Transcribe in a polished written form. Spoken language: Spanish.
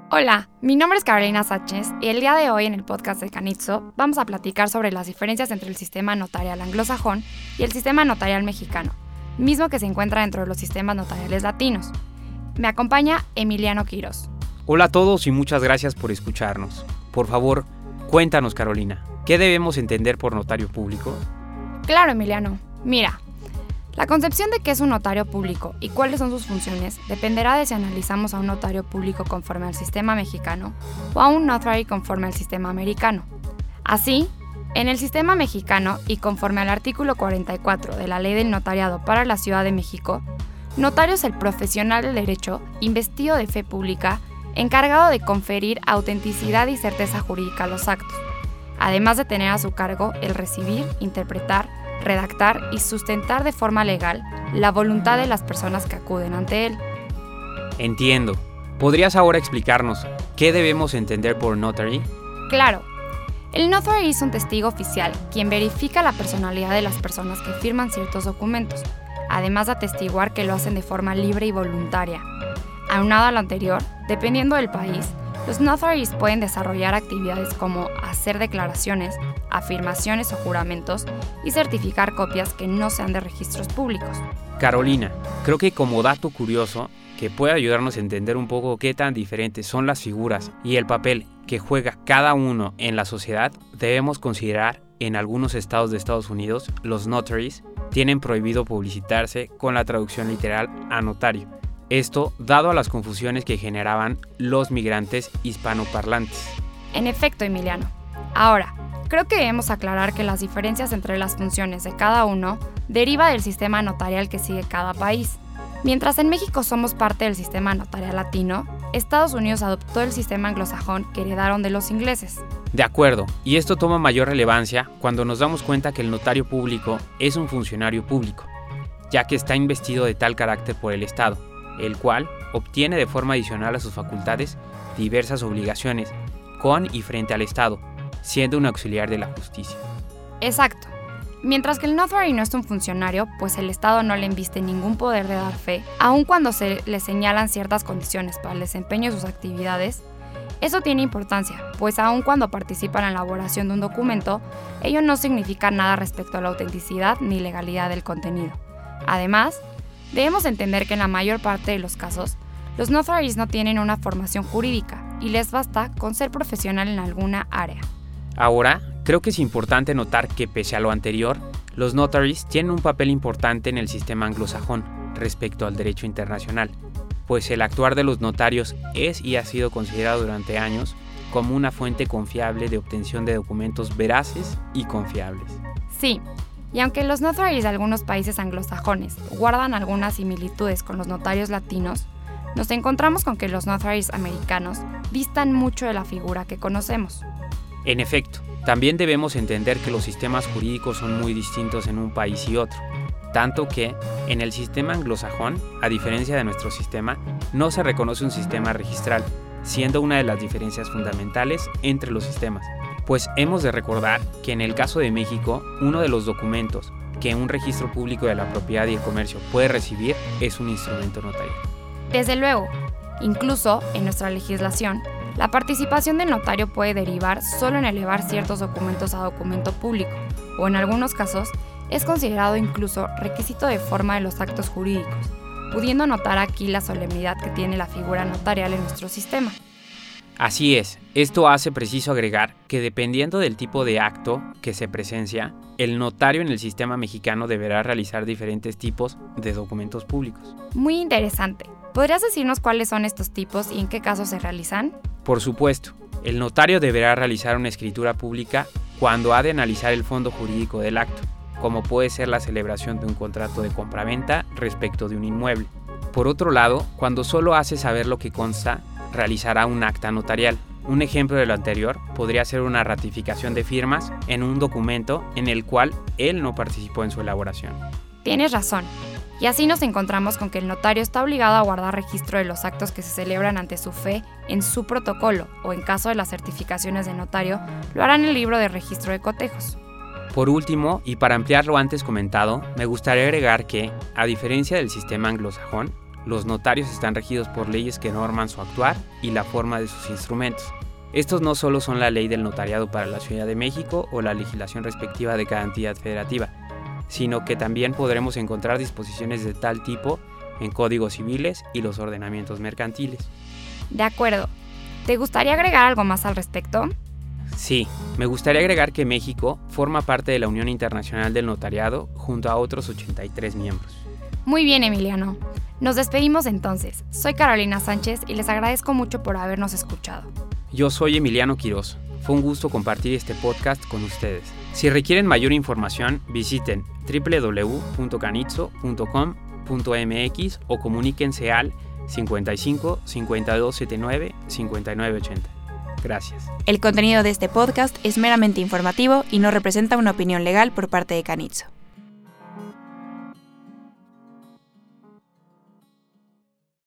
Hola, mi nombre es Carolina Sánchez y el día de hoy en el podcast de Canitzo vamos a platicar sobre las diferencias entre el sistema notarial anglosajón y el sistema notarial mexicano, mismo que se encuentra dentro de los sistemas notariales latinos. Me acompaña Emiliano Quirós. Hola a todos y muchas gracias por escucharnos. Por favor, cuéntanos, Carolina, ¿qué debemos entender por notario público? Claro, Emiliano. Mira, la concepción de qué es un notario público y cuáles son sus funciones dependerá de si analizamos a un notario público conforme al sistema mexicano o a un notary conforme al sistema americano. Así, en el sistema mexicano y conforme al artículo 44 de la Ley del Notariado para la Ciudad de México, notario es el profesional del derecho investido de fe pública encargado de conferir autenticidad y certeza jurídica a los actos, además de tener a su cargo el recibir, interpretar, redactar y sustentar de forma legal la voluntad de las personas que acuden ante él. Entiendo. ¿Podrías ahora explicarnos qué debemos entender por notary? Claro. El notary es un testigo oficial quien verifica la personalidad de las personas que firman ciertos documentos, además de atestiguar que lo hacen de forma libre y voluntaria. Aunado a lo anterior, dependiendo del país, los notaries pueden desarrollar actividades como hacer declaraciones, afirmaciones o juramentos y certificar copias que no sean de registros públicos. Carolina, creo que como dato curioso que puede ayudarnos a entender un poco qué tan diferentes son las figuras y el papel que juega cada uno en la sociedad, debemos considerar en algunos estados de Estados Unidos los notaries tienen prohibido publicitarse con la traducción literal a notario. Esto dado a las confusiones que generaban los migrantes hispanoparlantes. En efecto, Emiliano. Ahora, creo que debemos aclarar que las diferencias entre las funciones de cada uno deriva del sistema notarial que sigue cada país. Mientras en México somos parte del sistema notarial latino, Estados Unidos adoptó el sistema anglosajón que heredaron de los ingleses. De acuerdo, y esto toma mayor relevancia cuando nos damos cuenta que el notario público es un funcionario público, ya que está investido de tal carácter por el Estado, el cual obtiene de forma adicional a sus facultades diversas obligaciones con y frente al Estado, siendo un auxiliar de la justicia. Exacto. Mientras que el notary no es un funcionario, pues el Estado no le inviste ningún poder de dar fe, aun cuando se le señalan ciertas condiciones para el desempeño de sus actividades, eso tiene importancia, pues aun cuando participa en la elaboración de un documento, ello no significa nada respecto a la autenticidad ni legalidad del contenido. Además, debemos entender que en la mayor parte de los casos, los notaries no tienen una formación jurídica y les basta con ser profesional en alguna área. Ahora, creo que es importante notar que pese a lo anterior, los notaries tienen un papel importante en el sistema anglosajón respecto al derecho internacional, pues el actuar de los notarios es y ha sido considerado durante años como una fuente confiable de obtención de documentos veraces y confiables. Sí. Y aunque los notaries de algunos países anglosajones guardan algunas similitudes con los notarios latinos, nos encontramos con que los notaries americanos distan mucho de la figura que conocemos. En efecto, también debemos entender que los sistemas jurídicos son muy distintos en un país y otro, tanto que en el sistema anglosajón, a diferencia de nuestro sistema, no se reconoce un sistema registral, siendo una de las diferencias fundamentales entre los sistemas. Pues hemos de recordar que en el caso de México, uno de los documentos que un registro público de la propiedad y el comercio puede recibir es un instrumento notarial. Desde luego, incluso en nuestra legislación, la participación del notario puede derivar solo en elevar ciertos documentos a documento público, o en algunos casos es considerado incluso requisito de forma de los actos jurídicos, pudiendo notar aquí la solemnidad que tiene la figura notarial en nuestro sistema. Así es, esto hace preciso agregar que dependiendo del tipo de acto que se presencia, el notario en el sistema mexicano deberá realizar diferentes tipos de documentos públicos. Muy interesante. ¿Podrías decirnos cuáles son estos tipos y en qué casos se realizan? Por supuesto, el notario deberá realizar una escritura pública cuando ha de analizar el fondo jurídico del acto, como puede ser la celebración de un contrato de compraventa respecto de un inmueble. Por otro lado, cuando solo hace saber lo que consta, realizará un acta notarial. Un ejemplo de lo anterior podría ser una ratificación de firmas en un documento en el cual él no participó en su elaboración. Tienes razón. Y así nos encontramos con que el notario está obligado a guardar registro de los actos que se celebran ante su fe en su protocolo o en caso de las certificaciones de notario, lo hará en el libro de registro de cotejos. Por último, y para ampliar lo antes comentado, me gustaría agregar que, a diferencia del sistema anglosajón, los notarios están regidos por leyes que norman su actuar y la forma de sus instrumentos. Estos no solo son la ley del notariado para la Ciudad de México o la legislación respectiva de cada entidad federativa, sino que también podremos encontrar disposiciones de tal tipo en códigos civiles y los ordenamientos mercantiles. De acuerdo. ¿Te gustaría agregar algo más al respecto? Sí, me gustaría agregar que México forma parte de la Unión Internacional del Notariado junto a otros 83 miembros. Muy bien, Emiliano. Nos despedimos entonces. Soy Carolina Sánchez y les agradezco mucho por habernos escuchado. Yo soy Emiliano Quirós. Fue un gusto compartir este podcast con ustedes. Si requieren mayor información, visiten www.canitzo.com.mx o comuníquense al 55 5279 5980. Gracias. El contenido de este podcast es meramente informativo y no representa una opinión legal por parte de Canitzo.